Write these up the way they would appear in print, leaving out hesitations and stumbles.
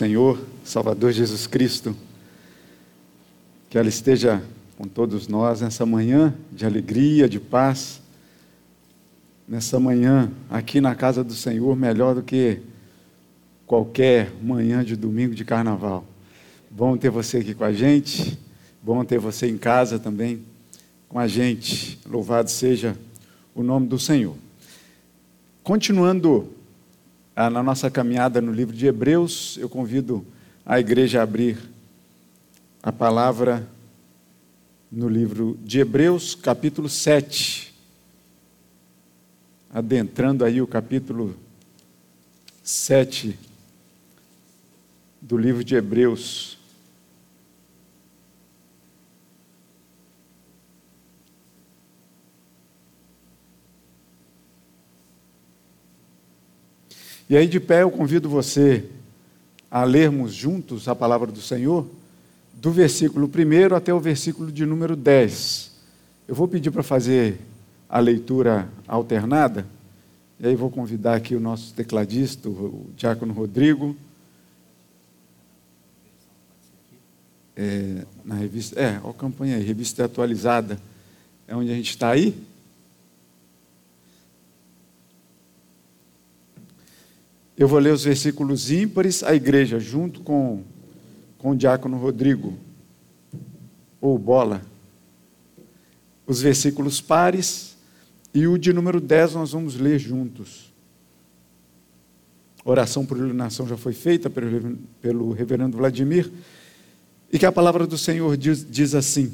Senhor, Salvador Jesus Cristo, que ela esteja com todos nós nessa manhã de alegria, de paz, nessa manhã aqui na casa do Senhor, melhor do que qualquer manhã de domingo de carnaval. Bom ter você aqui com a gente, bom ter você em casa também com a gente, louvado seja o nome do Senhor. Continuando na nossa caminhada no livro de Hebreus, eu convido a igreja a abrir a palavra no livro de Hebreus, capítulo 7. Adentrando aí o capítulo 7 do livro de Hebreus. E aí de pé eu convido você a lermos juntos a palavra do Senhor, do versículo 1 até o versículo de número 10. Eu vou pedir para fazer a leitura alternada, e aí vou convidar aqui o nosso tecladista, o diácono Rodrigo, na revista, a campanha aí, revista atualizada, é onde a gente está aí. Eu vou ler os versículos ímpares, a igreja, junto com o diácono Rodrigo, ou Bola. Os versículos pares, e o de número 10 nós vamos ler juntos. Oração por iluminação já foi feita pelo reverendo Vladimir, e que a palavra do Senhor diz assim: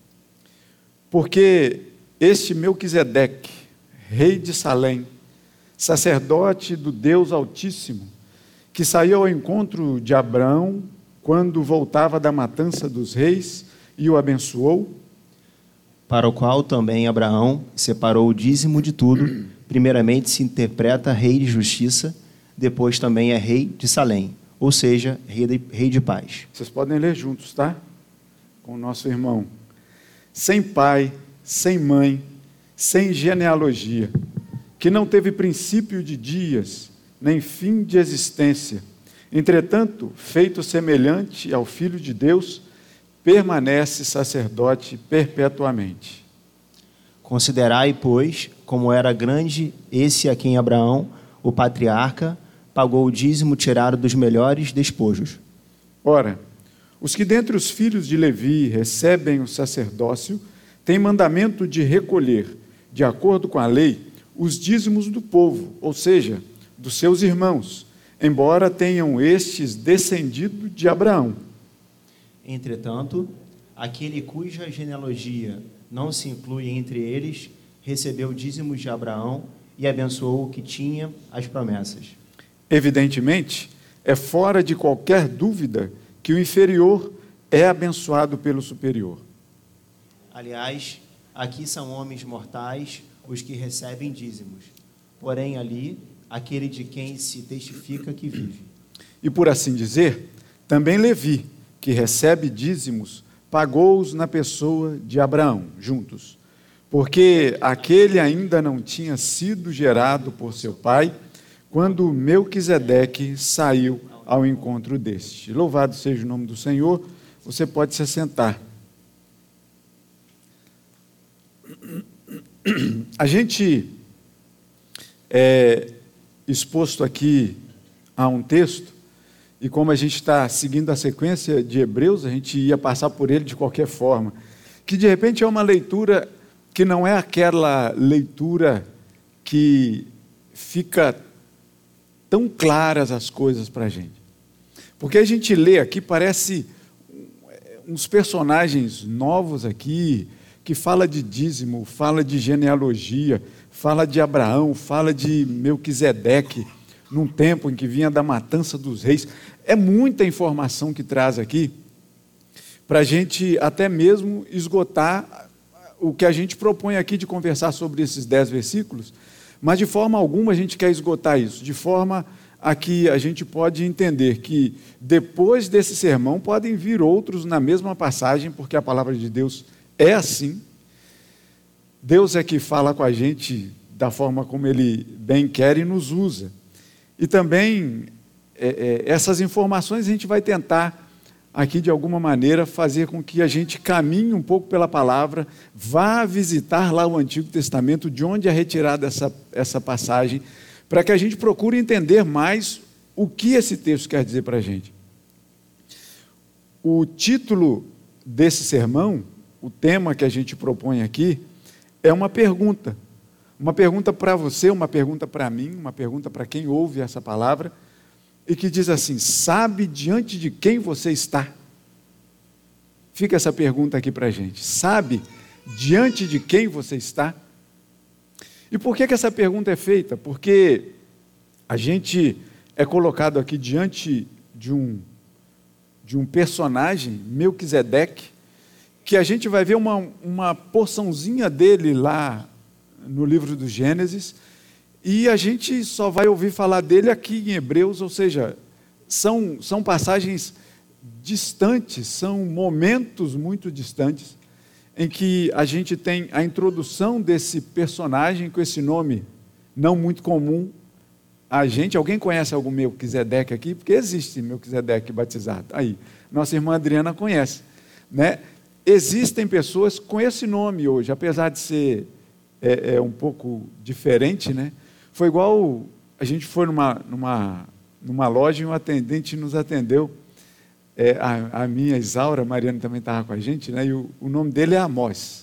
porque este Melquisedeque, rei de Salém, sacerdote do Deus Altíssimo, que saiu ao encontro de Abraão quando voltava da matança dos reis e o abençoou, para o qual também Abraão separou o dízimo de tudo, primeiramente se interpreta rei de justiça, depois também é rei de Salém, ou seja, rei de paz. Vocês podem ler juntos, tá? Com o nosso irmão. Sem pai, sem mãe, sem genealogia, que não teve princípio de dias, nem fim de existência, entretanto, feito semelhante ao Filho de Deus, permanece sacerdote perpetuamente. Considerai, pois, como era grande esse a quem Abraão, o patriarca, pagou o dízimo tirado dos melhores despojos. Ora, os que dentre os filhos de Levi recebem o sacerdócio, têm mandamento de recolher, de acordo com a lei, os dízimos do povo, ou seja, dos seus irmãos, embora tenham estes descendido de Abraão. Entretanto, aquele cuja genealogia não se inclui entre eles, recebeu dízimos de Abraão e abençoou o que tinha as promessas. Evidentemente, é fora de qualquer dúvida que o inferior é abençoado pelo superior. Aliás, aqui são homens mortais os que recebem dízimos, porém ali, aquele de quem se testifica que vive. E por assim dizer, também Levi, que recebe dízimos, pagou-os na pessoa de Abraão, juntos, porque aquele ainda não tinha sido gerado por seu pai, quando Melquisedeque saiu ao encontro deste. Louvado seja o nome do Senhor. Você pode se assentar. A gente é exposto aqui a um texto, e como a gente está seguindo a sequência de Hebreus, a gente ia passar por ele de qualquer forma, que de repente é uma leitura que não é aquela leitura que fica tão claras as coisas para a gente. Porque a gente lê aqui, parece uns personagens novos aqui, que fala de dízimo, fala de genealogia, fala de Abraão, fala de Melquisedeque, num tempo em que vinha da matança dos reis. É muita informação que traz aqui, para a gente até mesmo esgotar o que a gente propõe aqui de conversar sobre esses 10 versículos, mas de forma alguma a gente quer esgotar isso, de forma a que a gente pode entender que depois desse sermão podem vir outros na mesma passagem, porque a palavra de Deus é assim. Deus é que fala com a gente da forma como Ele bem quer e nos usa. E também essas informações a gente vai tentar aqui, de alguma maneira, fazer com que a gente caminhe um pouco pela palavra, vá visitar lá o Antigo Testamento, de onde é retirada essa passagem, para que a gente procure entender mais o que esse texto quer dizer para a gente. O título desse sermão, o tema que a gente propõe aqui, é uma pergunta para você, uma pergunta para mim, uma pergunta para quem ouve essa palavra, e que diz assim: sabe diante de quem você está? Fica essa pergunta aqui para a gente. Sabe diante de quem você está? E por que essa pergunta é feita? Porque a gente é colocado aqui diante de um personagem, Melquisedeque, que a gente vai ver uma porçãozinha dele lá no livro do Gênesis, e a gente só vai ouvir falar dele aqui em Hebreus, ou seja, são passagens distantes, são momentos muito distantes, em que a gente tem a introdução desse personagem com esse nome não muito comum a gente. Alguém conhece algum Melquisedeque aqui? Porque existe Melquisedeque batizado. Aí, nossa irmã Adriana conhece, né? Existem pessoas com esse nome hoje, apesar de ser um pouco diferente, né? Foi igual, a gente foi numa loja e um atendente nos atendeu, a minha Isaura, a Mariana também estava com a gente, né? E o nome dele é Amós.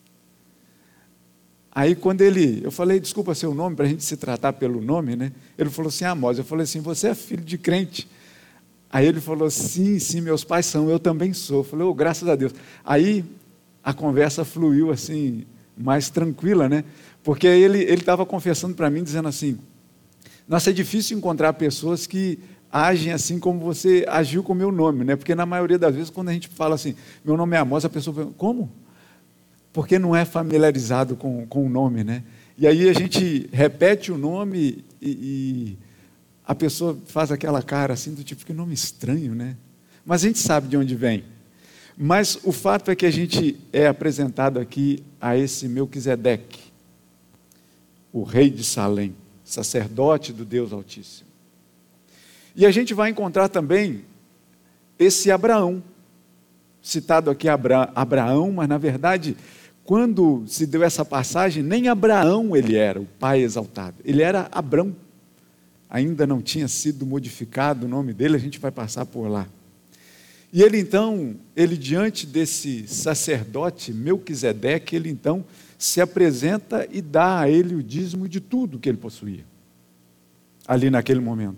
Aí quando eu falei, desculpa seu nome, para a gente se tratar pelo nome, né? Ele falou assim, Amós. Eu falei assim, você é filho de crente? Aí ele falou, sim, meus pais são, eu também sou. Eu falei, graças a Deus. Aí a conversa fluiu assim, mais tranquila, né? Porque ele estava confessando para mim, dizendo assim, nossa, é difícil encontrar pessoas que agem assim como você agiu com o meu nome, né? Porque na maioria das vezes, quando a gente fala assim, meu nome é Amós, a pessoa fala, como? Porque não é familiarizado com o nome, né? E aí a gente repete o nome e a pessoa faz aquela cara assim, do tipo, que nome estranho, né? Mas a gente sabe de onde vem. Mas o fato é que a gente é apresentado aqui a esse Melquisedeque, o rei de Salém, sacerdote do Deus Altíssimo. E a gente vai encontrar também esse Abraão, citado aqui Abraão, mas na verdade, quando se deu essa passagem, nem Abraão ele era, o pai exaltado, ele era Abrão. Ainda não tinha sido modificado o nome dele, a gente vai passar por lá. E ele então, diante desse sacerdote Melquisedeque, ele então se apresenta e dá a ele o dízimo de tudo que ele possuía, ali naquele momento.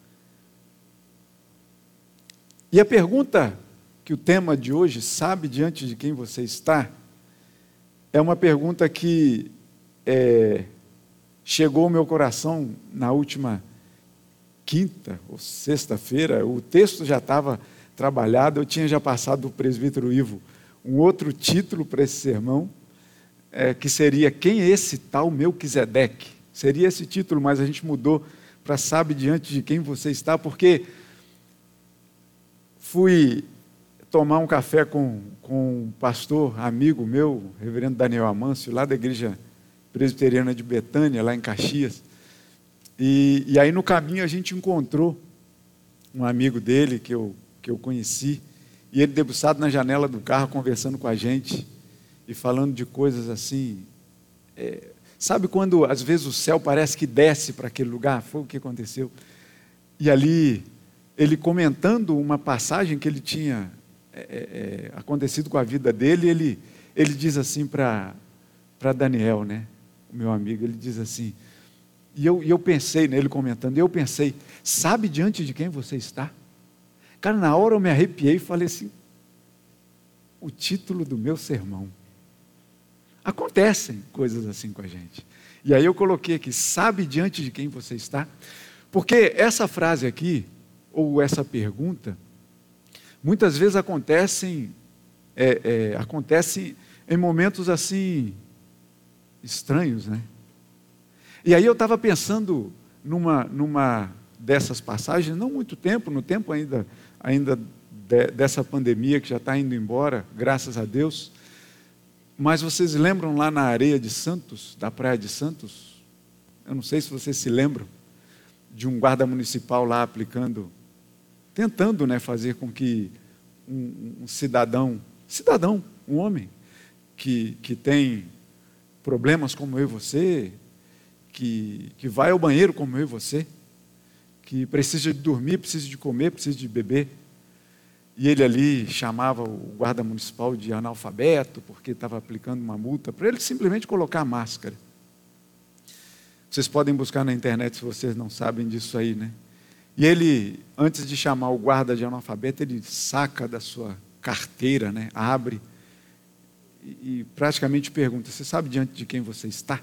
E a pergunta que o tema de hoje, sabe diante de quem você está, é uma pergunta que chegou ao meu coração na última quinta ou sexta-feira. O texto já estava trabalhado, eu tinha já passado do presbítero Ivo um outro título para esse sermão, que seria Quem é esse tal Melquisedeque? Seria esse título, mas a gente mudou para sabe diante de quem você está, porque fui tomar um café com um pastor amigo meu, reverendo Daniel Amâncio, lá da igreja presbiteriana de Betânia, lá em Caxias, e aí no caminho a gente encontrou um amigo dele que eu conheci, e ele debruçado na janela do carro, conversando com a gente, e falando de coisas assim, sabe quando às vezes o céu parece que desce para aquele lugar? Foi o que aconteceu. E ali, ele comentando uma passagem que ele tinha acontecido com a vida dele, ele diz assim para Daniel, né, o meu amigo, ele diz assim, e eu pensei nele comentando, eu pensei, sabe diante de quem você está? Cara, na hora eu me arrepiei e falei assim, o título do meu sermão. Acontecem coisas assim com a gente. E aí eu coloquei aqui, sabe diante de quem você está? Porque essa frase aqui, ou essa pergunta, muitas vezes acontece em momentos assim, estranhos, né? E aí eu estava pensando numa dessas passagens, não muito tempo, no tempo ainda dessa pandemia que já está indo embora, graças a Deus, mas vocês lembram lá na areia de Santos, da praia de Santos? Eu não sei se vocês se lembram, de um guarda municipal lá aplicando, tentando, né, fazer com que um cidadão, um homem, que tem problemas como eu e você, que vai ao banheiro como eu e você, que precisa de dormir, precisa de comer, precisa de beber, e ele ali chamava o guarda municipal de analfabeto, porque estava aplicando uma multa, para ele simplesmente colocar a máscara. Vocês podem buscar na internet se vocês não sabem disso aí, né? E ele, antes de chamar o guarda de analfabeto, ele saca da sua carteira, né? Abre e praticamente pergunta: você sabe diante de quem você está?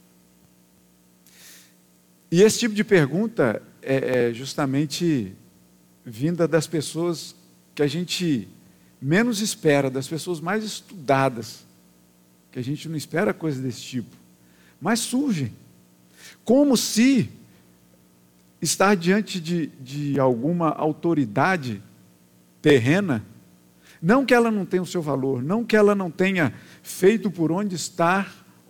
E esse tipo de pergunta é justamente vinda das pessoas que a gente menos espera, das pessoas mais estudadas, que a gente não espera coisa desse tipo, mas surgem, como se estar diante de alguma autoridade terrena, não que ela não tenha o seu valor, não que ela não tenha feito por onde está,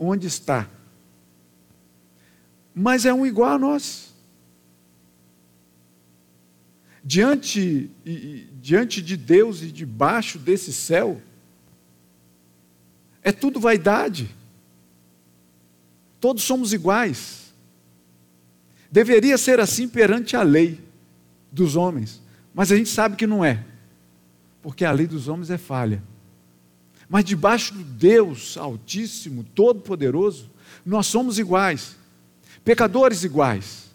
mas é um igual a nós. Diante de Deus e debaixo desse céu, é tudo vaidade. Todos somos iguais. Deveria ser assim perante a lei dos homens, mas a gente sabe que não é, porque a lei dos homens é falha. Mas debaixo do Deus Altíssimo, Todo-Poderoso, nós somos iguais, pecadores iguais.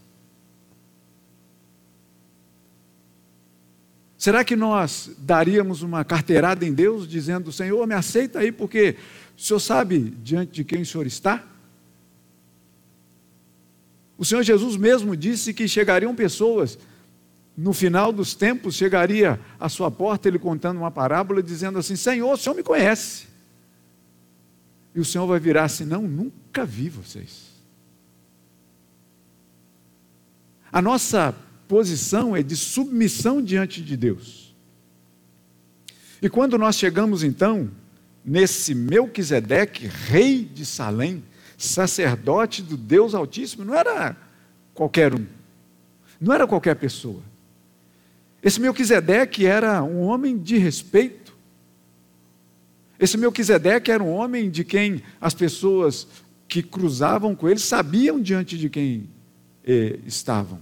Será que nós daríamos uma carteirada em Deus, dizendo: Senhor, me aceita aí, porque o Senhor sabe diante de quem o Senhor está? O Senhor Jesus mesmo disse que chegariam pessoas, no final dos tempos, chegaria à sua porta, ele contando uma parábola, dizendo assim: Senhor, o Senhor me conhece. E o Senhor vai virar assim: não, nunca vi vocês. A nossa posição é de submissão diante de Deus. E quando nós chegamos então nesse Melquisedeque, rei de Salém, sacerdote do Deus Altíssimo, não era qualquer um, não era qualquer pessoa. Esse Melquisedeque era um homem de respeito. Esse Melquisedeque era um homem de quem as pessoas que cruzavam com ele sabiam diante de quem estavam.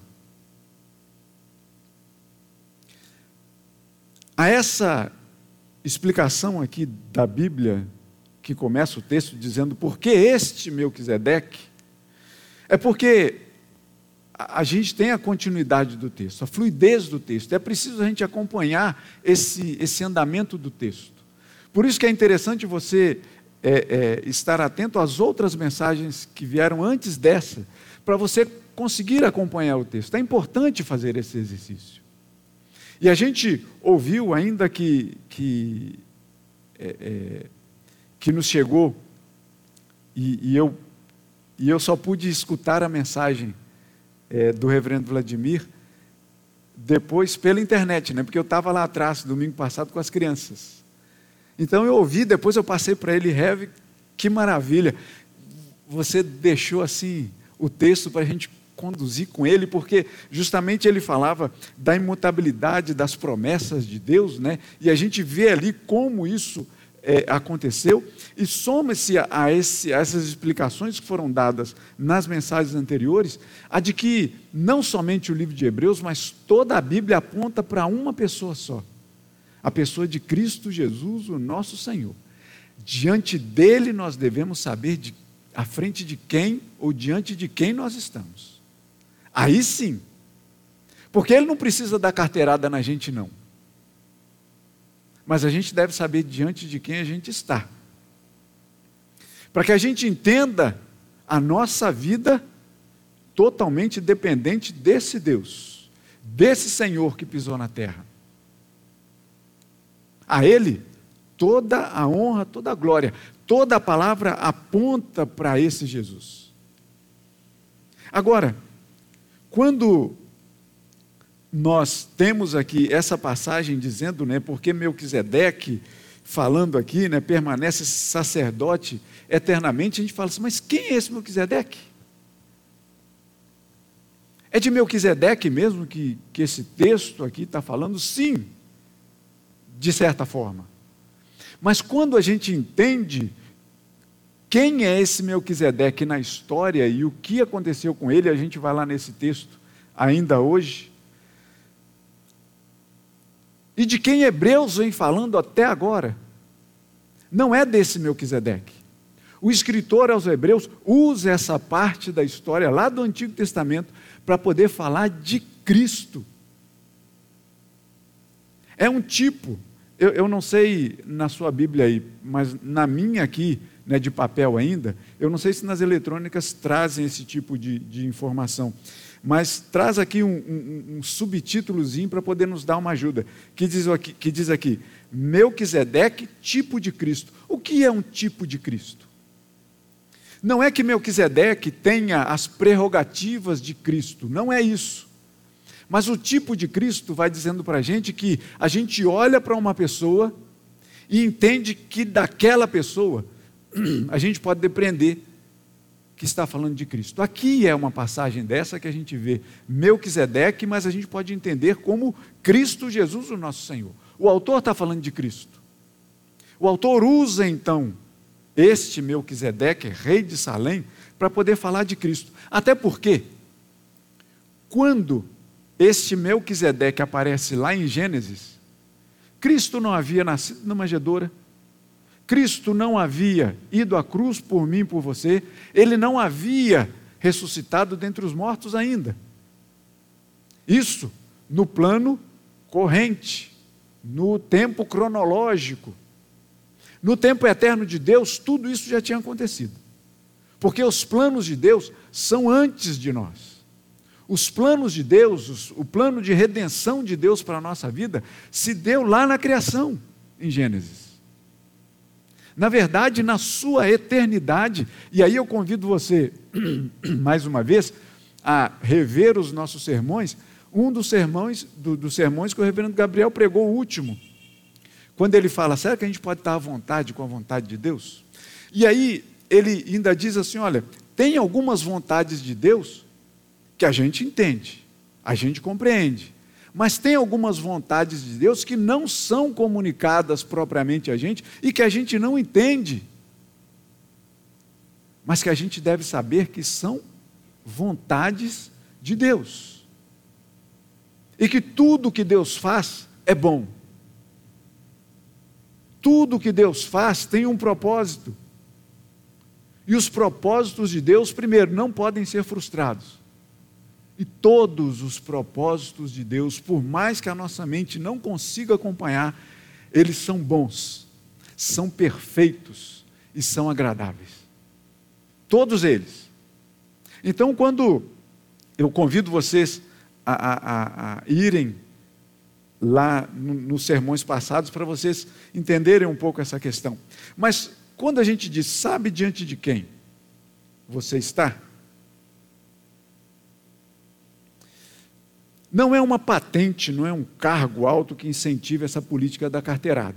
A essa explicação aqui da Bíblia, que começa o texto dizendo por que este Melquisedeque, é porque a gente tem a continuidade do texto, a fluidez do texto. É preciso a gente acompanhar esse andamento do texto. Por isso que é interessante você estar atento às outras mensagens que vieram antes dessa, para você conseguir acompanhar o texto. É importante fazer esse exercício. E a gente ouviu, ainda que nos chegou, e eu só pude escutar a mensagem do reverendo Vladimir depois pela internet, né? Porque eu estava lá atrás, domingo passado, com as crianças. Então eu ouvi, depois eu passei para ele: Rev, que maravilha, você deixou assim o texto para a gente conduzir com ele, porque justamente ele falava da imutabilidade das promessas de Deus, né? E a gente vê ali como isso aconteceu, e soma-se a essas explicações que foram dadas nas mensagens anteriores, a de que não somente o livro de Hebreus, mas toda a Bíblia aponta para uma pessoa só, a pessoa de Cristo Jesus, o nosso Senhor. Diante dele nós devemos saber à frente de quem ou diante de quem nós estamos. Aí sim, porque ele não precisa dar carteirada na gente não, mas a gente deve saber diante de quem a gente está, para que a gente entenda a nossa vida totalmente dependente desse Deus, desse Senhor que pisou na terra. A Ele toda a honra, toda a glória, toda a palavra aponta para esse Jesus. Agora, quando nós temos aqui essa passagem dizendo, né, porque Melquisedeque, falando aqui, né, permanece sacerdote eternamente, a gente fala assim: mas quem é esse Melquisedeque? É de Melquisedeque mesmo que esse texto aqui está falando? Sim, de certa forma. Mas quando a gente entende quem é esse Melquisedeque na história e o que aconteceu com ele, a gente vai lá nesse texto ainda hoje. E de quem Hebreus vem falando até agora, não é desse Melquisedeque. O escritor aos Hebreus usa essa parte da história lá do Antigo Testamento para poder falar de Cristo. É um tipo, eu não sei na sua Bíblia aí, mas na minha aqui, né, de papel ainda, eu não sei se nas eletrônicas trazem esse tipo de informação, mas traz aqui um subtítulozinho para poder nos dar uma ajuda, que diz aqui, Melquisedeque, tipo de Cristo. O que é um tipo de Cristo? Não é que Melquisedeque tenha as prerrogativas de Cristo, não é isso. Mas o tipo de Cristo vai dizendo para a gente que a gente olha para uma pessoa e entende que daquela pessoa a gente pode depreender que está falando de Cristo. Aqui é uma passagem dessa que a gente vê Melquisedeque, mas a gente pode entender como Cristo Jesus, o nosso Senhor. O autor está falando de Cristo. O autor usa então este Melquisedeque, rei de Salém, para poder falar de Cristo. Até porque, quando este Melquisedeque aparece lá em Gênesis, Cristo não havia nascido na manjedoura, Cristo não havia ido à cruz por mim e por você, ele não havia ressuscitado dentre os mortos ainda. Isso no plano corrente, no tempo cronológico. No tempo eterno de Deus, tudo isso já tinha acontecido. Porque os planos de Deus são antes de nós. Os planos de Deus, o plano de redenção de Deus para a nossa vida, se deu lá na criação, em Gênesis. Na verdade, na sua eternidade, e aí eu convido você, mais uma vez, a rever os nossos sermões, um dos sermões que o reverendo Gabriel pregou, o último, quando ele fala, será que a gente pode estar à vontade com a vontade de Deus? E aí ele ainda diz assim, olha, tem algumas vontades de Deus que a gente entende, a gente compreende, mas tem algumas vontades de Deus que não são comunicadas propriamente a gente e que a gente não entende, mas que a gente deve saber que são vontades de Deus. E que tudo que Deus faz é bom. Tudo que Deus faz tem um propósito. E os propósitos de Deus, primeiro, não podem ser frustrados. E todos os propósitos de Deus, por mais que a nossa mente não consiga acompanhar, eles são bons, são perfeitos e são agradáveis. Todos eles. Então, quando eu convido vocês a irem lá nos sermões passados, para vocês entenderem um pouco essa questão. Mas, quando a gente diz, sabe diante de quem você está? Não é uma patente, não é um cargo alto que incentive essa política da carteirada.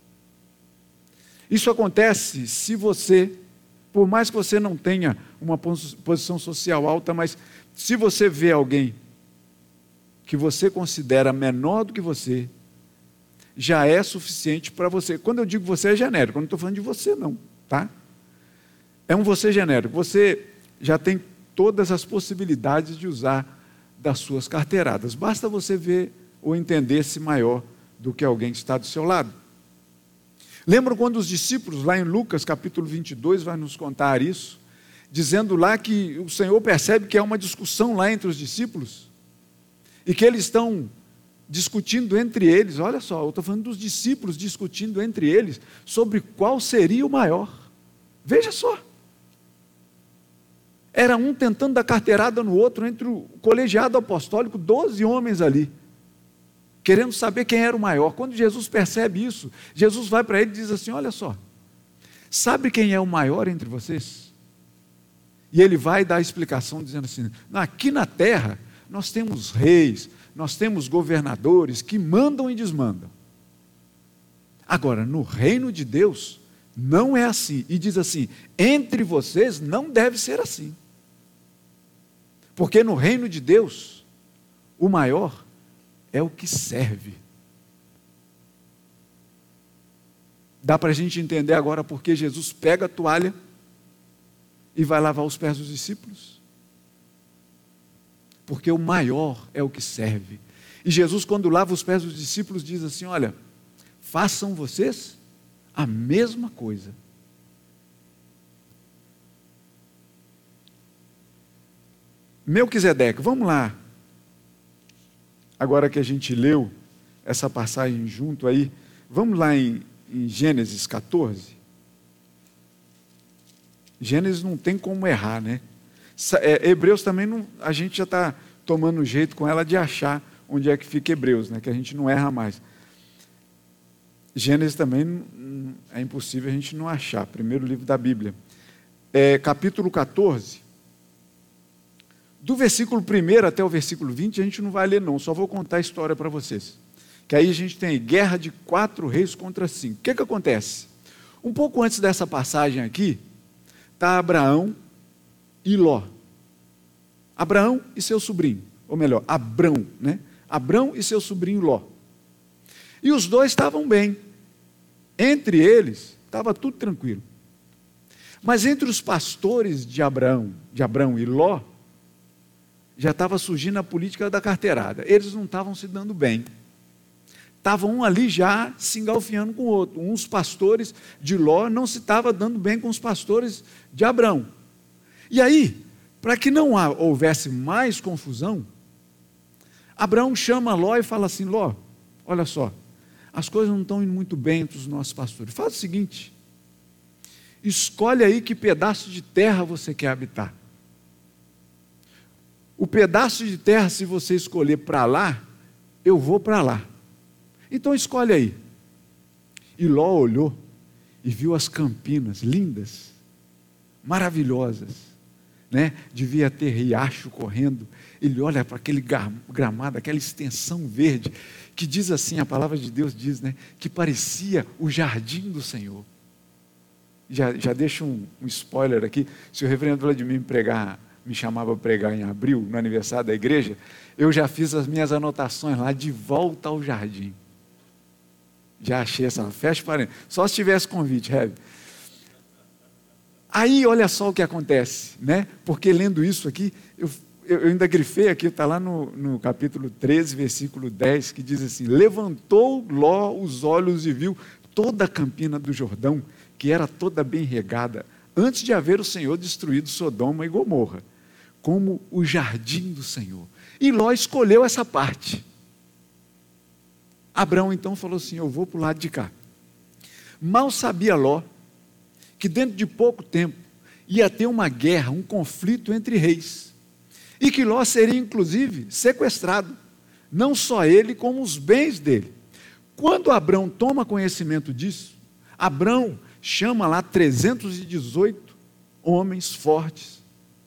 Isso acontece se você, por mais que você não tenha uma posição social alta, mas se você vê alguém que você considera menor do que você, já é suficiente para você. Quando eu digo você é genérico, eu não estou falando de você não, tá? É um você genérico. Você já tem todas as possibilidades de usar das suas carteiradas. Basta você ver ou entender-se maior do que alguém que está do seu lado. Lembram quando os discípulos, lá em Lucas capítulo 22, vai nos contar isso, dizendo lá que o Senhor percebe que há uma discussão lá entre os discípulos, e que eles estão discutindo entre eles, olha só, eu estou falando dos discípulos discutindo entre eles, sobre qual seria o maior. Veja só. Era um tentando dar carteirada no outro, entre o colegiado apostólico, 12 homens ali, querendo saber quem era o maior. Quando Jesus percebe isso, Jesus vai para ele e diz assim, olha só, sabe quem é o maior entre vocês? E ele vai dar a explicação dizendo assim, aqui na terra, nós temos reis, nós temos governadores que mandam e desmandam. Agora, no reino de Deus, não é assim. E diz assim, entre vocês não deve ser assim. Porque no reino de Deus, o maior é o que serve. Dá para a gente entender agora porque Jesus pega a toalha e vai lavar os pés dos discípulos? Porque o maior é o que serve. E Jesus, quando lava os pés dos discípulos, diz assim: olha, façam vocês a mesma coisa. Melquisedeque, vamos lá. Agora que a gente leu essa passagem junto aí, vamos lá em Gênesis 14. Gênesis não tem como errar, né? Hebreus também não, a gente já está tomando jeito com ela de achar onde é que fica Hebreus, né? Que a gente não erra mais. Gênesis também é impossível a gente não achar, primeiro livro da Bíblia. Capítulo 14, do versículo 1 até o versículo 20, a gente não vai ler não, só vou contar a história para vocês. Que aí a gente tem guerra de 4 reis contra 5. O que acontece? Um pouco antes dessa passagem aqui, está Abraão e Ló. Abraão e seu sobrinho, ou melhor, Abrão, né? Abrão e seu sobrinho Ló. E os dois estavam bem. Entre eles, estava tudo tranquilo. Mas entre os pastores de Abrão e Ló, já estava surgindo a política da carteirada. Eles não estavam se dando bem. Estavam um ali já se engalfinhando com o outro. Uns pastores de Ló não se estavam dando bem com os pastores de Abrão. E aí, para que não houvesse mais confusão, Abraão chama Ló e fala assim: Ló, olha só, as coisas não estão indo muito bem entre os nossos pastores. Faz o seguinte, escolhe aí que pedaço de terra você quer habitar. O pedaço de terra, se você escolher para lá, eu vou para lá. Então escolhe aí. E Ló olhou e viu as campinas lindas, maravilhosas, né? Devia ter riacho correndo. Ele olha para aquele gramado, aquela extensão verde, que diz assim, a palavra de Deus diz, né? Que parecia o jardim do Senhor. Já deixo um spoiler aqui. Se o reverendo Vladimir me chamava para pregar em abril, no aniversário da igreja, eu já fiz as minhas anotações lá, de volta ao jardim. Já achei essa, fecha parênteses. Só se tivesse convite, Hebe. Aí, olha só o que acontece, né? Porque lendo isso aqui, eu ainda grifei aqui, está lá no capítulo 13, versículo 10, que diz assim: levantou Ló os olhos e viu toda a campina do Jordão, que era toda bem regada, antes de haver o Senhor destruído Sodoma e Gomorra, como o jardim do Senhor. E Ló escolheu essa parte. Abraão então falou assim: eu vou para o lado de cá. Mal sabia Ló que dentro de pouco tempo ia ter uma guerra, um conflito entre reis, e que Ló seria inclusive sequestrado, não só ele, como os bens dele. Quando Abraão toma conhecimento disso, Abraão chama lá 318 homens fortes.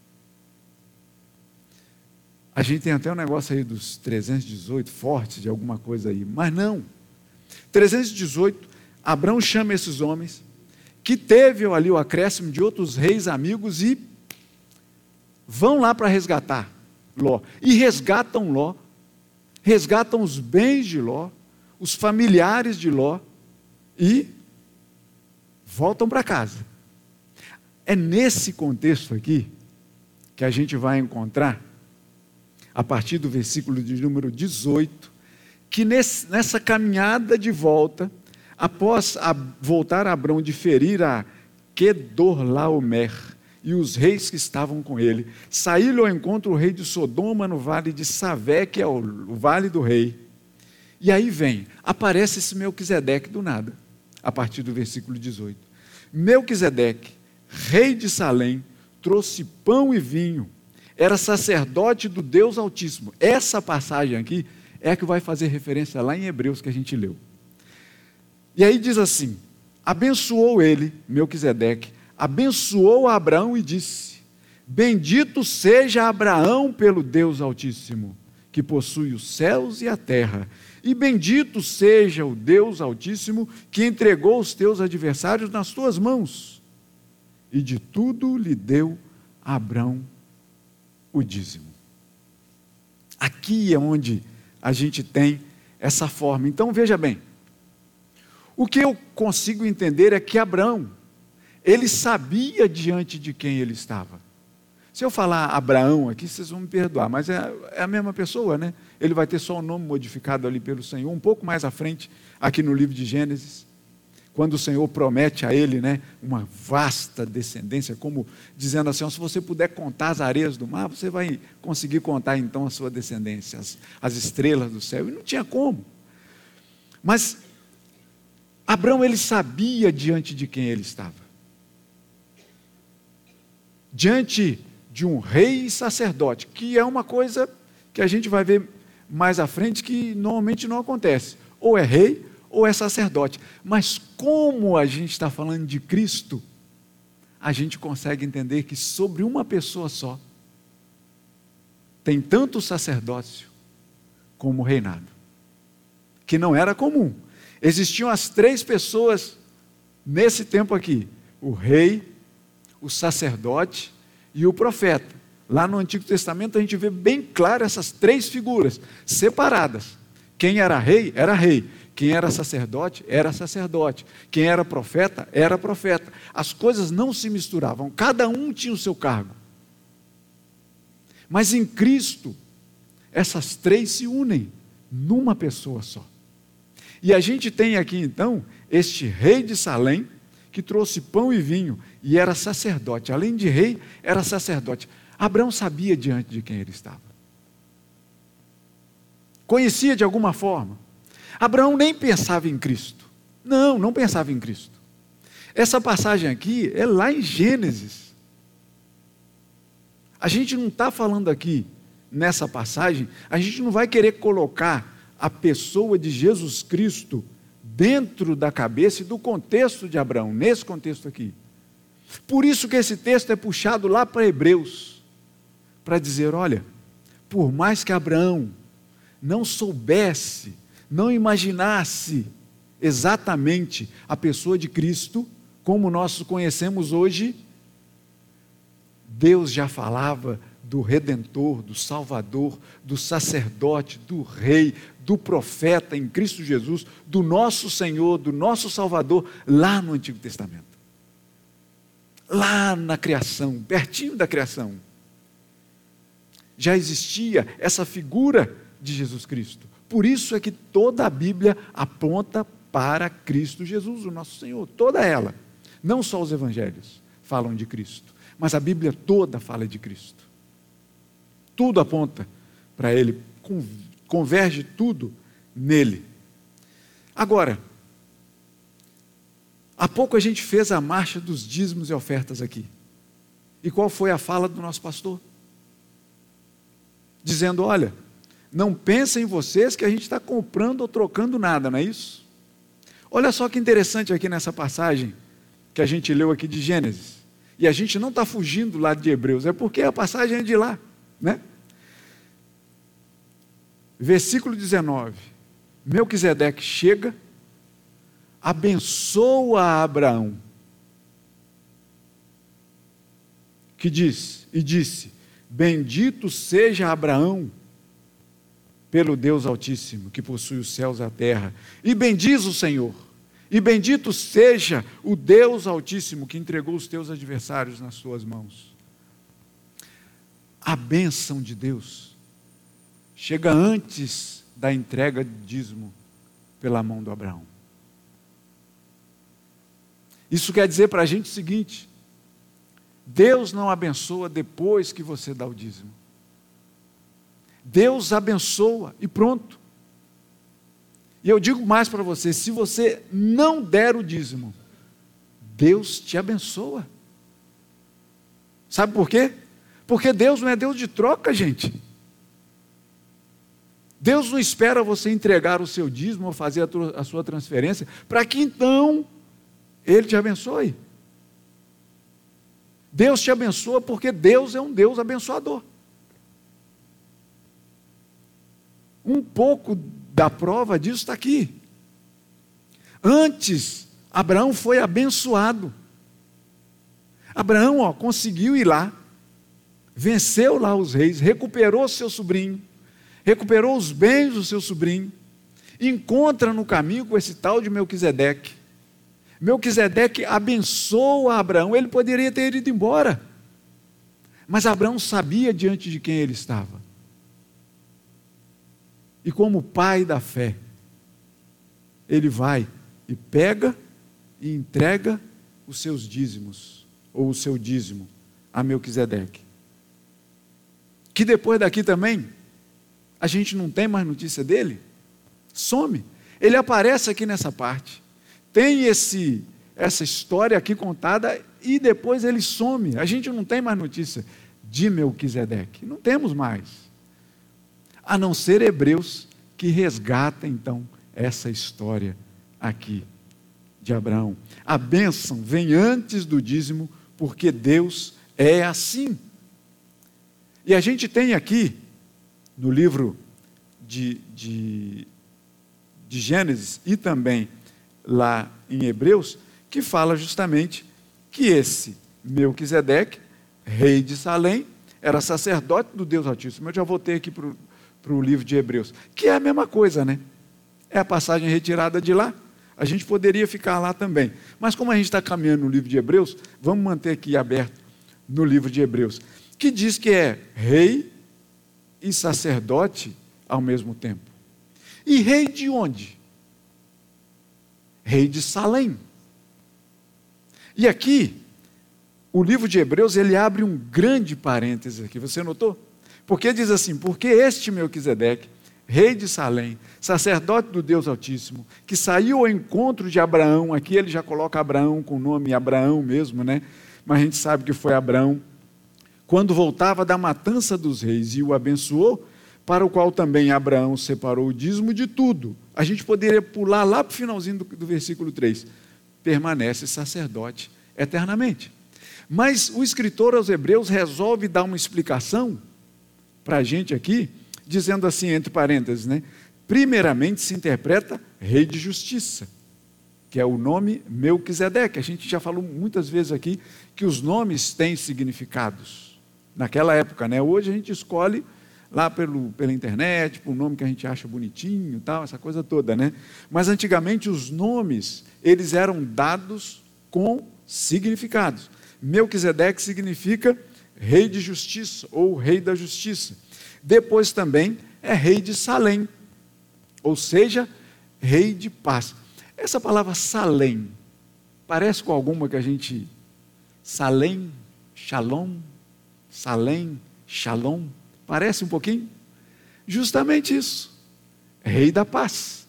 A gente tem até um negócio aí dos 318 fortes, de alguma coisa aí, mas não. 318, Abraão chama esses homens, que teve ali o acréscimo de outros reis amigos, e vão lá para resgatar Ló. E resgatam Ló, resgatam os bens de Ló, os familiares de Ló, e voltam para casa. É nesse contexto aqui que a gente vai encontrar, a partir do versículo de número 18, que nessa caminhada de volta, após voltar Abrão de ferir a Quedorlaomer e os reis que estavam com ele, saíram ao encontro o rei de Sodoma no vale de Savé, que é o vale do rei. E aí aparece esse Melquisedeque do nada, a partir do versículo 18. Melquisedeque, rei de Salém, trouxe pão e vinho, era sacerdote do Deus Altíssimo. Essa passagem aqui é a que vai fazer referência lá em Hebreus, que a gente leu. E aí diz assim: abençoou ele, Melquisedeque, abençoou a Abraão e disse: bendito seja Abraão pelo Deus Altíssimo, que possui os céus e a terra, e bendito seja o Deus Altíssimo, que entregou os teus adversários nas tuas mãos, e de tudo lhe deu a Abraão o dízimo. Aqui é onde a gente tem essa forma. Então, veja bem, o que eu consigo entender é que Abraão, ele sabia diante de quem ele estava. Se eu falar Abraão aqui, vocês vão me perdoar, mas é a mesma pessoa, né? Ele vai ter só o nome modificado ali pelo Senhor, um pouco mais à frente, aqui no livro de Gênesis, quando o Senhor promete a ele, né, uma vasta descendência, como dizendo assim, se você puder contar as areias do mar, você vai conseguir contar então a sua descendência, as estrelas do céu, e não tinha como. Mas Abraão, ele sabia diante de quem ele estava. Diante de um rei e sacerdote, que é uma coisa que a gente vai ver mais à frente, que normalmente não acontece. Ou é rei, ou é sacerdote. Mas como a gente está falando de Cristo, a gente consegue entender que sobre uma pessoa só, tem tanto o sacerdócio como o reinado. Que não era comum. Existiam as 3 pessoas nesse tempo aqui: o rei, o sacerdote e o profeta. Lá no Antigo Testamento a gente vê bem claro essas 3 figuras, separadas. Quem era rei, era rei. Quem era sacerdote, era sacerdote. Quem era profeta, era profeta. As coisas não se misturavam, cada um tinha o seu cargo. Mas em Cristo, essas 3 se unem numa pessoa só. E a gente tem aqui então, este rei de Salém, que trouxe pão e vinho, e era sacerdote. Além de rei, era sacerdote. Abraão sabia diante de quem ele estava. Conhecia de alguma forma. Abraão nem pensava em Cristo. Não pensava em Cristo. Essa passagem aqui é lá em Gênesis. A gente não está falando aqui, nessa passagem, a gente não vai querer colocar a pessoa de Jesus Cristo dentro da cabeça e do contexto de Abraão, nesse contexto aqui. Por isso que esse texto é puxado lá para Hebreus, para dizer, olha, por mais que Abraão não soubesse, não imaginasse exatamente a pessoa de Cristo, como nós conhecemos hoje, Deus já falava do Redentor, do Salvador, do sacerdote, do Rei, do profeta em Cristo Jesus, do nosso Senhor, do nosso Salvador, lá no Antigo Testamento. Lá na criação, pertinho da criação. Já existia essa figura de Jesus Cristo. Por isso é que toda a Bíblia aponta para Cristo Jesus, o nosso Senhor, toda ela. Não só os evangelhos falam de Cristo, mas a Bíblia toda fala de Cristo. Tudo aponta para Ele, converge tudo nele. Agora, há pouco a gente fez a marcha dos dízimos e ofertas aqui. E qual foi a fala do nosso pastor? Dizendo, olha, não pensem em vocês que a gente está comprando ou trocando nada, não é isso? Olha só que interessante aqui nessa passagem que a gente leu aqui de Gênesis. E a gente não está fugindo lá de Hebreus, é porque a passagem é de lá, né? Versículo 19. Melquisedeque chega, abençoa Abraão, que disse, bendito seja Abraão pelo Deus Altíssimo, que possui os céus e a terra, e bendiz o Senhor, e bendito seja o Deus Altíssimo, que entregou os teus adversários nas tuas mãos. A bênção de Deus chega antes da entrega de dízimo pela mão do Abraão. Isso quer dizer para a gente o seguinte: Deus não abençoa depois que você dá o dízimo. Deus abençoa e pronto. E eu digo mais para você, se você não der o dízimo, Deus te abençoa. Sabe por quê? Porque Deus não é Deus de troca, gente. Deus não espera você entregar o seu dízimo ou fazer a sua transferência para que então Ele te abençoe. Deus te abençoa porque Deus é um Deus abençoador. Um pouco da prova disso está aqui. Antes, Abraão foi abençoado. Abraão conseguiu ir lá, venceu lá os reis, recuperou seu sobrinho, recuperou os bens do seu sobrinho, encontra no caminho com esse tal de Melquisedeque. Melquisedeque abençoa Abraão, ele poderia ter ido embora, mas Abraão sabia diante de quem ele estava. E como pai da fé, ele vai e pega e entrega os seus dízimos, ou o seu dízimo, a Melquisedeque. Que depois daqui também, a gente não tem mais notícia dele, some. Ele aparece aqui nessa parte, tem essa história aqui contada e depois ele some. A gente não tem mais notícia de Melquisedeque, não temos mais. A não ser Hebreus, que resgata então essa história aqui de Abraão. A bênção vem antes do dízimo, porque Deus é assim. E a gente tem aqui, no livro de Gênesis e também lá em Hebreus, que fala justamente que esse Melquisedeque, rei de Salém, era sacerdote do Deus Altíssimo. Eu já voltei aqui para o livro de Hebreus, que é a mesma coisa, né? É a passagem retirada de lá. A gente poderia ficar lá também. Mas como a gente está caminhando no livro de Hebreus, vamos manter aqui aberto no livro de Hebreus, que diz que é rei e sacerdote ao mesmo tempo. E rei de onde? Rei de Salém. E aqui, o livro de Hebreus, ele abre um grande parêntese aqui, você notou? Porque diz assim, porque este Melquisedeque, rei de Salém, sacerdote do Deus Altíssimo, que saiu ao encontro de Abraão, aqui ele já coloca Abraão com o nome Abraão mesmo, né? Mas a gente sabe que foi Abraão, quando voltava da matança dos reis e o abençoou, para o qual também Abraão separou o dízimo de tudo. A gente poderia pular lá para o finalzinho do versículo 3. Permanece sacerdote eternamente. Mas o escritor aos Hebreus resolve dar uma explicação para a gente aqui, dizendo assim, entre parênteses, né? Primeiramente se interpreta rei de justiça, que é o nome Melquisedeque. A gente já falou muitas vezes aqui que os nomes têm significados. Naquela época, né? Hoje a gente escolhe lá pela internet, por um nome que a gente acha bonitinho, tal, essa coisa toda, né? Mas antigamente os nomes, eles eram dados com significados. Melquisedeque significa rei de justiça, ou rei da justiça. Depois também é rei de Salém, ou seja, rei de paz. Essa palavra Salém, parece com alguma que a gente... Salém, Shalom, Salém, Shalom, parece um pouquinho? Justamente isso, rei da paz.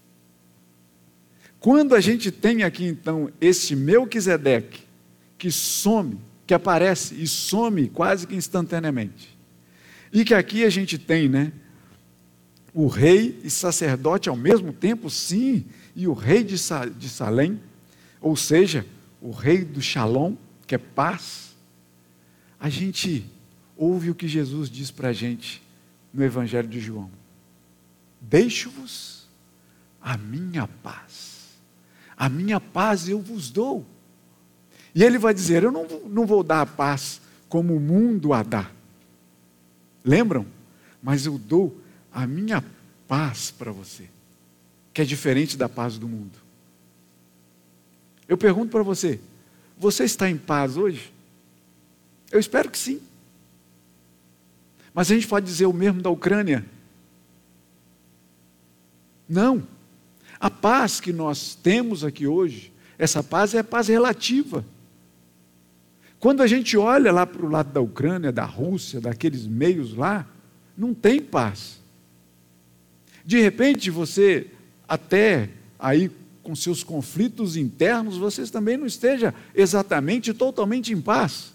Quando a gente tem aqui então esse Melquisedeque, que some, que aparece e some quase que instantaneamente, e que aqui a gente tem, né, o rei e sacerdote ao mesmo tempo, sim, e o rei de Salém, ou seja, o rei do Shalom, que é paz, a gente ouve o que Jesus diz para a gente no Evangelho de João: deixo-vos a minha paz eu vos dou. E ele vai dizer, eu não vou dar a paz como o mundo a dá. Lembram? Mas eu dou a minha paz para você, que é diferente da paz do mundo. Eu pergunto para você, você está em paz hoje? Eu espero que sim. Mas a gente pode dizer o mesmo da Ucrânia? Não. A paz que nós temos aqui hoje, essa paz é a paz relativa. Quando a gente olha lá para o lado da Ucrânia, da Rússia, daqueles meios lá, não tem paz. De repente você, até aí com seus conflitos internos, vocês também não esteja exatamente, totalmente em paz.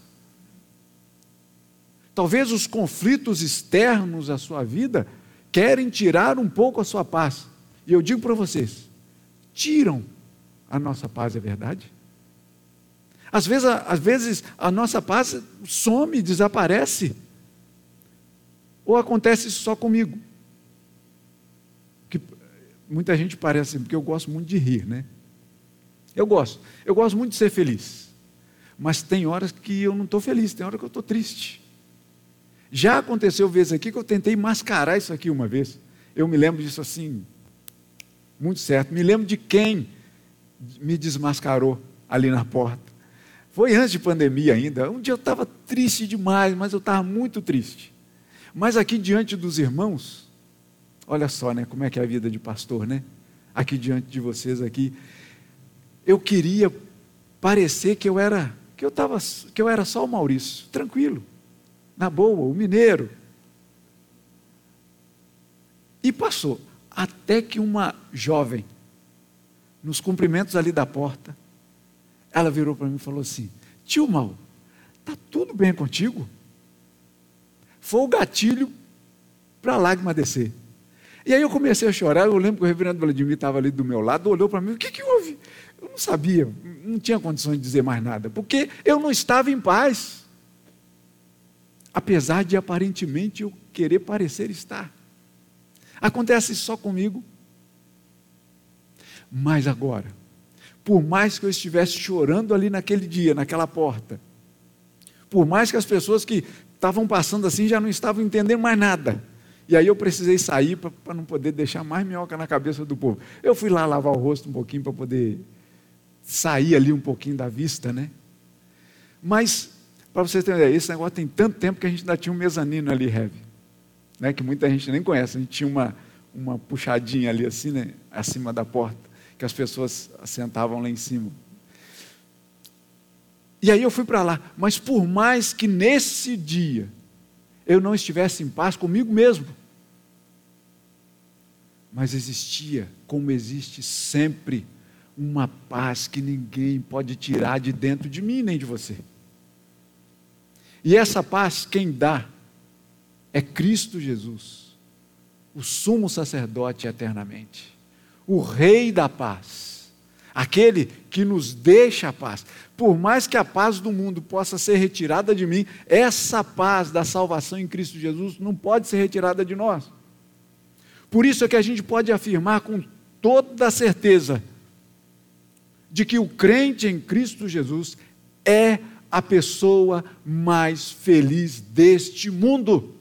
Talvez os conflitos externos à sua vida querem tirar um pouco a sua paz. E eu digo para vocês, tiram a nossa paz, é verdade? Às vezes a nossa paz some, desaparece. Ou acontece isso só comigo? Que muita gente parece, porque eu gosto muito de rir, né? Eu gosto muito de ser feliz. Mas tem horas que eu não estou feliz, tem horas que eu estou triste. Já aconteceu vezes aqui que eu tentei mascarar isso aqui uma vez. Eu me lembro disso assim, muito certo. Me lembro de quem me desmascarou ali na porta. Foi antes de pandemia ainda. Um dia eu estava triste demais, mas eu estava muito triste. Mas aqui diante dos irmãos, olha só, né, como é que é a vida de pastor, né? Aqui diante de vocês aqui, eu queria parecer que eu era só o Maurício, tranquilo, na boa, o mineiro. E passou, até que uma jovem, nos cumprimentos ali da porta, ela virou para mim e falou assim: tio Mau, está tudo bem contigo? Foi o gatilho para a lágrima descer. E aí eu comecei a chorar. Eu lembro que o reverendo Vladimir estava ali do meu lado, olhou para mim: o que houve? Eu não sabia, não tinha condições de dizer mais nada, porque eu não estava em paz, apesar de aparentemente eu querer parecer estar. Acontece só comigo. Mas agora, por mais que eu estivesse chorando ali naquele dia, naquela porta, por mais que as pessoas que estavam passando assim já não estavam entendendo mais nada, e aí eu precisei sair para não poder deixar mais minhoca na cabeça do povo. Eu fui lá lavar o rosto um pouquinho para poder sair ali um pouquinho da vista, né? Mas, para vocês terem ideia, esse negócio tem tanto tempo que a gente ainda tinha um mezanino ali, heavy, né? Que muita gente nem conhece. A gente tinha uma puxadinha ali assim, né? Acima da porta, que as pessoas sentavam lá em cima. E aí eu fui para lá, mas por mais que nesse dia eu não estivesse em paz comigo mesmo, mas existia, como existe sempre, uma paz que ninguém pode tirar de dentro de mim nem de você. E essa paz quem dá é Cristo Jesus, o sumo sacerdote eternamente, o Rei da paz, aquele que nos deixa a paz. Por mais que a paz do mundo possa ser retirada de mim, essa paz da salvação em Cristo Jesus não pode ser retirada de nós. Por isso é que a gente pode afirmar com toda a certeza de que o crente em Cristo Jesus é a pessoa mais feliz deste mundo.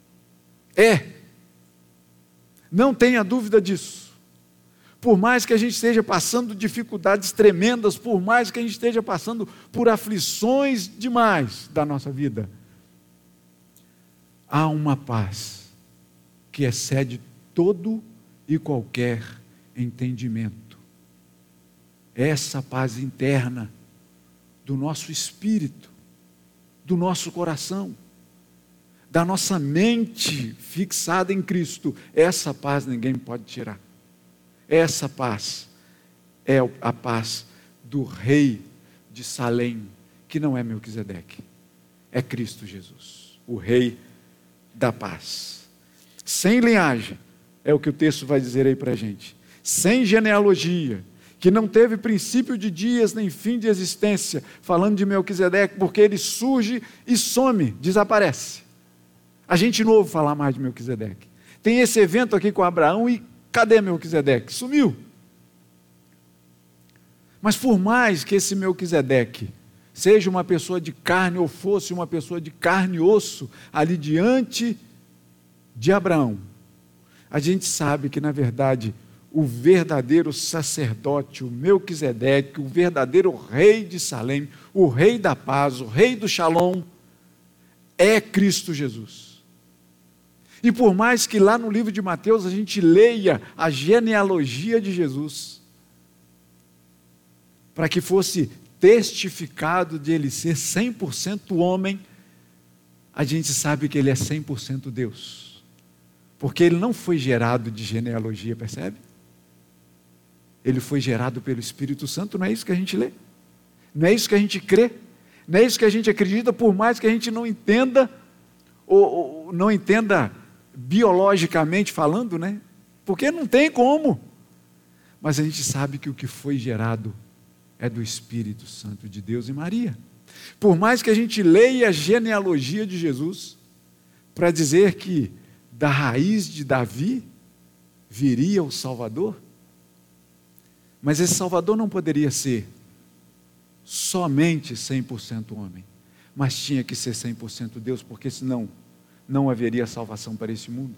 Não tenha dúvida disso. Por mais que a gente esteja passando dificuldades tremendas, por mais que a gente esteja passando por aflições demais da nossa vida, há uma paz que excede todo e qualquer entendimento. Essa paz interna do nosso espírito, do nosso coração, da nossa mente fixada em Cristo, essa paz ninguém pode tirar. Essa paz é a paz do rei de Salém, que não é Melquisedeque, é Cristo Jesus, o rei da paz. Sem linhagem, é o que o texto vai dizer aí para a gente, sem genealogia, que não teve princípio de dias nem fim de existência, falando de Melquisedeque, porque ele surge e some, desaparece. A gente não ouve falar mais de Melquisedeque. Tem esse evento aqui com Abraão e cadê Melquisedeque? Sumiu. Mas por mais que esse Melquisedeque seja uma pessoa de carne ou fosse uma pessoa de carne e osso ali diante de Abraão, a gente sabe que na verdade o verdadeiro sacerdote, o Melquisedeque, o verdadeiro rei de Salém, o rei da paz, o rei do Shalom, é Cristo Jesus. E por mais que lá no livro de Mateus a gente leia a genealogia de Jesus, para que fosse testificado de ele ser 100% homem, a gente sabe que ele é 100% Deus, porque ele não foi gerado de genealogia, percebe? Ele foi gerado pelo Espírito Santo, não é isso que a gente lê? Não é isso que a gente crê? Não é isso que a gente acredita, por mais que a gente não entenda, ou não entenda biologicamente falando, né? Porque não tem como. Mas a gente sabe que o que foi gerado é do Espírito Santo de Deus e Maria. Por mais que a gente leia a genealogia de Jesus, para dizer que da raiz de Davi viria o Salvador, mas esse Salvador não poderia ser somente 100% homem, mas tinha que ser 100% Deus, porque senão não haveria salvação para esse mundo.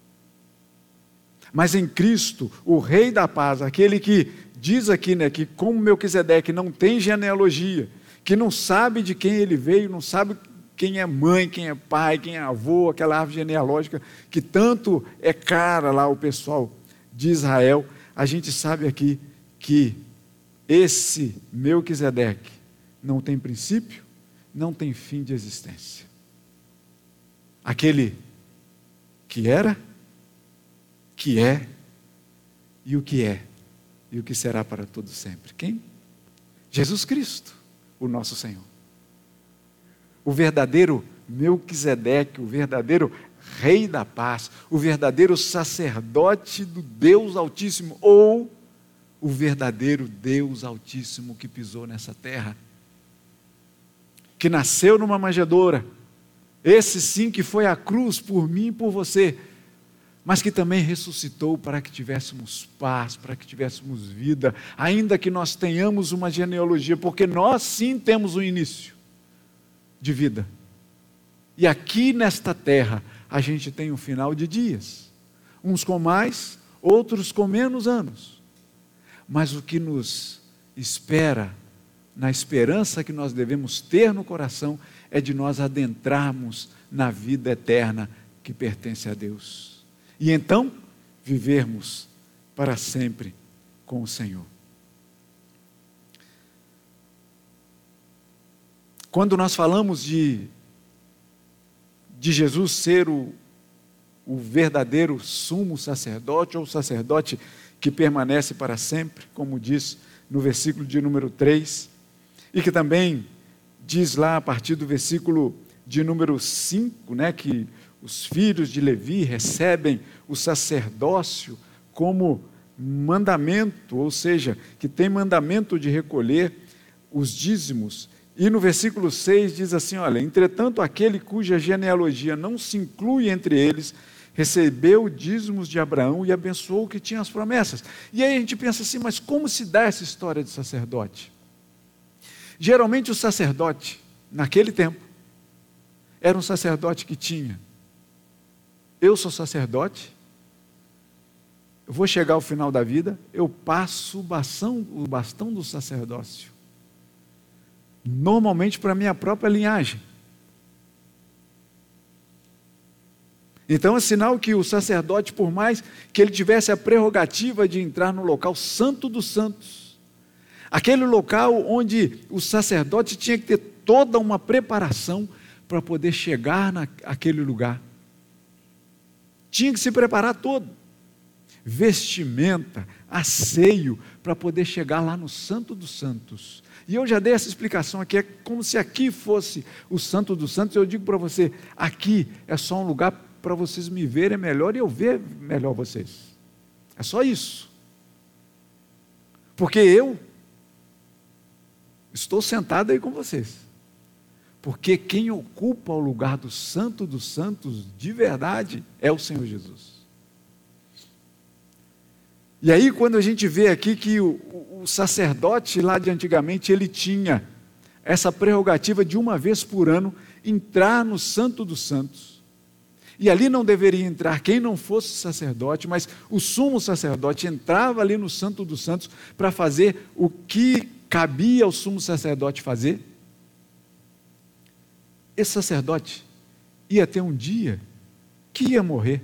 Mas em Cristo, o Rei da Paz, aquele que diz aqui, que como Melquisedeque não tem genealogia, que não sabe de quem ele veio, não sabe quem é mãe, quem é pai, quem é avô, aquela árvore genealógica que tanto é cara lá o pessoal de Israel, a gente sabe aqui que esse Melquisedeque não tem princípio, não tem fim de existência. Aquele que era, que é e o que é e o que será para todo sempre. Quem? Jesus Cristo, o nosso Senhor. O verdadeiro Melquisedeque, o verdadeiro Rei da Paz, o verdadeiro sacerdote do Deus Altíssimo, ou o verdadeiro Deus Altíssimo que pisou nessa terra, que nasceu numa manjedoura, esse sim que foi à cruz por mim e por você, mas que também ressuscitou para que tivéssemos paz, para que tivéssemos vida, ainda que nós tenhamos uma genealogia, porque nós sim temos um início de vida. E aqui nesta terra, a gente tem um final de dias, uns com mais, outros com menos anos. Mas o que nos espera, na esperança que nós devemos ter no coração, é de nós adentrarmos na vida eterna que pertence a Deus. E então, vivermos para sempre com o Senhor. Quando nós falamos de Jesus ser o verdadeiro sumo sacerdote, ou sacerdote que permanece para sempre, como diz no versículo de número 3, e que também diz lá a partir do versículo de número 5, que os filhos de Levi recebem o sacerdócio como mandamento, ou seja, que tem mandamento de recolher os dízimos. E no versículo 6 diz assim, olha, entretanto aquele cuja genealogia não se inclui entre eles, recebeu dízimos de Abraão e abençoou o que tinha as promessas. E aí a gente pensa assim, mas como se dá essa história de sacerdote? Geralmente o sacerdote, naquele tempo, era um sacerdote que tinha: eu sou sacerdote, eu vou chegar ao final da vida, eu passo o bastão do sacerdócio, normalmente para a minha própria linhagem. Então é sinal que o sacerdote, por mais que ele tivesse a prerrogativa de entrar no local santo dos santos, aquele local onde o sacerdote tinha que ter toda uma preparação para poder chegar naquele lugar, tinha que se preparar todo, vestimenta, asseio, para poder chegar lá no Santo dos Santos. E eu já dei essa explicação aqui, é como se aqui fosse o Santo dos Santos. Eu digo para você, aqui é só um lugar para vocês me verem melhor e eu ver melhor vocês. É só isso. Porque eu estou sentado aí com vocês. Porque quem ocupa o lugar do Santo dos Santos, de verdade, é o Senhor Jesus. E aí, quando a gente vê aqui que o sacerdote lá de antigamente, ele tinha essa prerrogativa de uma vez por ano entrar no Santo dos Santos. E ali não deveria entrar quem não fosse sacerdote, mas o sumo sacerdote entrava ali no Santo dos Santos para fazer o que cabia ao sumo sacerdote fazer. Esse sacerdote ia ter um dia que ia morrer.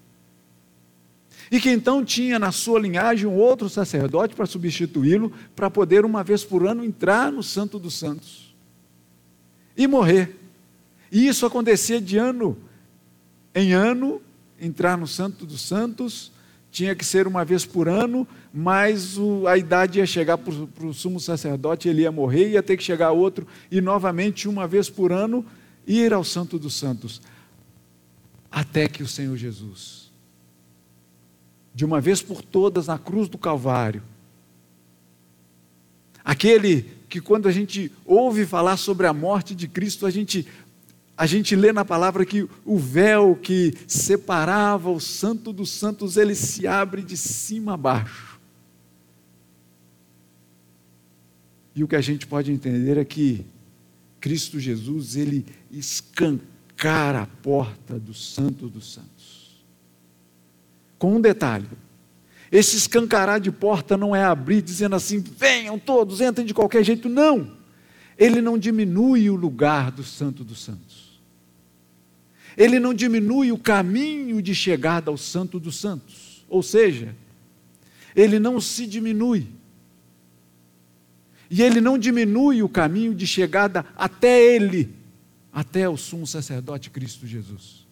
E que então tinha na sua linhagem um outro sacerdote para substituí-lo, para poder uma vez por ano entrar no Santo dos Santos e morrer. E isso acontecia de ano em ano, entrar no Santo dos Santos, tinha que ser uma vez por ano, mas a idade ia chegar para o sumo sacerdote, ele ia morrer, ia ter que chegar outro, e novamente uma vez por ano, ir ao Santo dos Santos, até que o Senhor Jesus, de uma vez por todas na cruz do Calvário, aquele que quando a gente ouve falar sobre a morte de Cristo, a gente lê na palavra que o véu que separava o Santo dos Santos, ele se abre de cima a baixo. E o que a gente pode entender é que Cristo Jesus, ele escancara escancar a porta do Santo dos Santos. Com um detalhe: esse escancarar de porta não é abrir dizendo assim, venham todos, entrem de qualquer jeito, não. Ele não diminui o lugar do Santo dos Santos. Ele não diminui o caminho de chegada ao Santo dos Santos. Ou seja, ele não se diminui. E ele não diminui o caminho de chegada até ele, até o sumo sacerdote Cristo Jesus.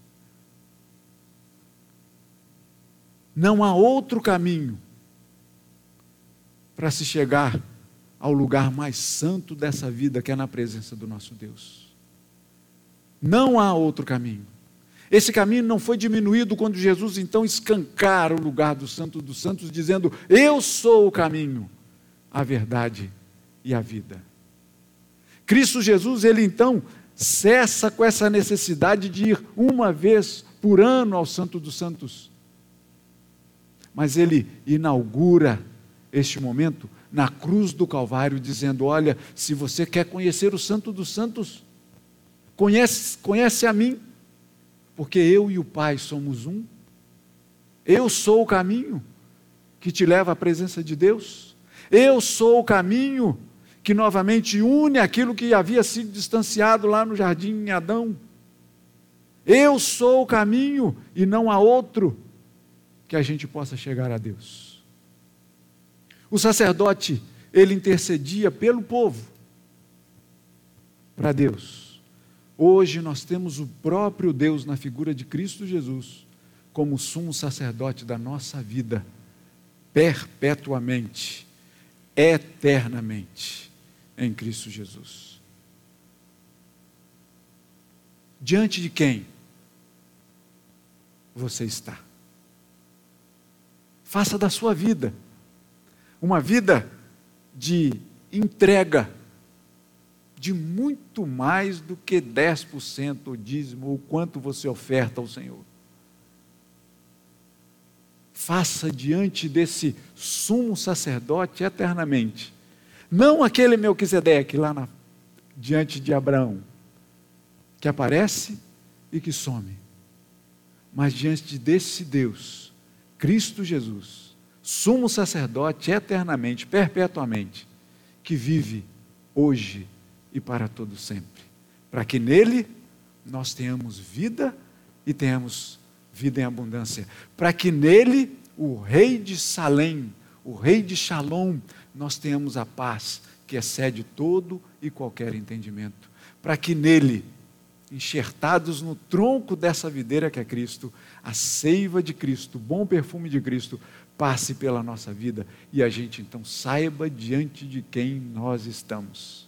Não há outro caminho para se chegar ao lugar mais santo dessa vida, que é na presença do nosso Deus. Não há outro caminho. Esse caminho não foi diminuído quando Jesus então escancara o lugar do Santo dos Santos, dizendo, eu sou o caminho, a verdade e a vida. Cristo Jesus, ele então cessa com essa necessidade de ir uma vez por ano ao Santo dos Santos. Mas ele inaugura este momento na cruz do Calvário, dizendo, olha, se você quer conhecer o Santo dos Santos, conhece a mim, porque eu e o Pai somos um. Eu sou o caminho que te leva à presença de Deus. Eu sou o caminho que novamente une aquilo que havia sido distanciado lá no jardim em Adão. Eu sou o caminho e não há outro que a gente possa chegar a Deus. O sacerdote, ele intercedia pelo povo para Deus. Hoje nós temos o próprio Deus na figura de Cristo Jesus como sumo sacerdote da nossa vida, perpetuamente, eternamente, em Cristo Jesus. Diante de quem você está? Faça da sua vida uma vida de entrega de muito mais do que 10% o dízimo, o quanto você oferta ao Senhor. Faça diante desse sumo sacerdote eternamente. Não aquele Melquisedeque lá diante de Abraão, que aparece e que some. Mas diante desse Deus, Cristo Jesus, sumo sacerdote eternamente, perpetuamente, que vive hoje e para todo sempre, para que nele nós tenhamos vida e tenhamos vida em abundância, para que nele o rei de Salém, o rei de Shalom, nós tenhamos a paz que excede todo e qualquer entendimento, para que nele, enxertados no tronco dessa videira que é Cristo, a seiva de Cristo, o bom perfume de Cristo, passe pela nossa vida e a gente então saiba diante de quem nós estamos.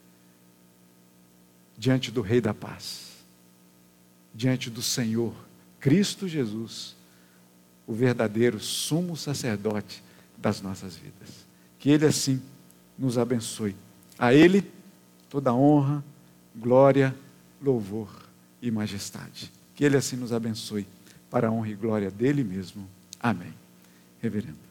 Diante do Rei da Paz, diante do Senhor, Cristo Jesus, o verdadeiro sumo sacerdote das nossas vidas. Que Ele assim nos abençoe. A Ele toda honra, glória, louvor e majestade. Que Ele assim nos abençoe, para a honra e glória dEle mesmo. Amém. Reverendo.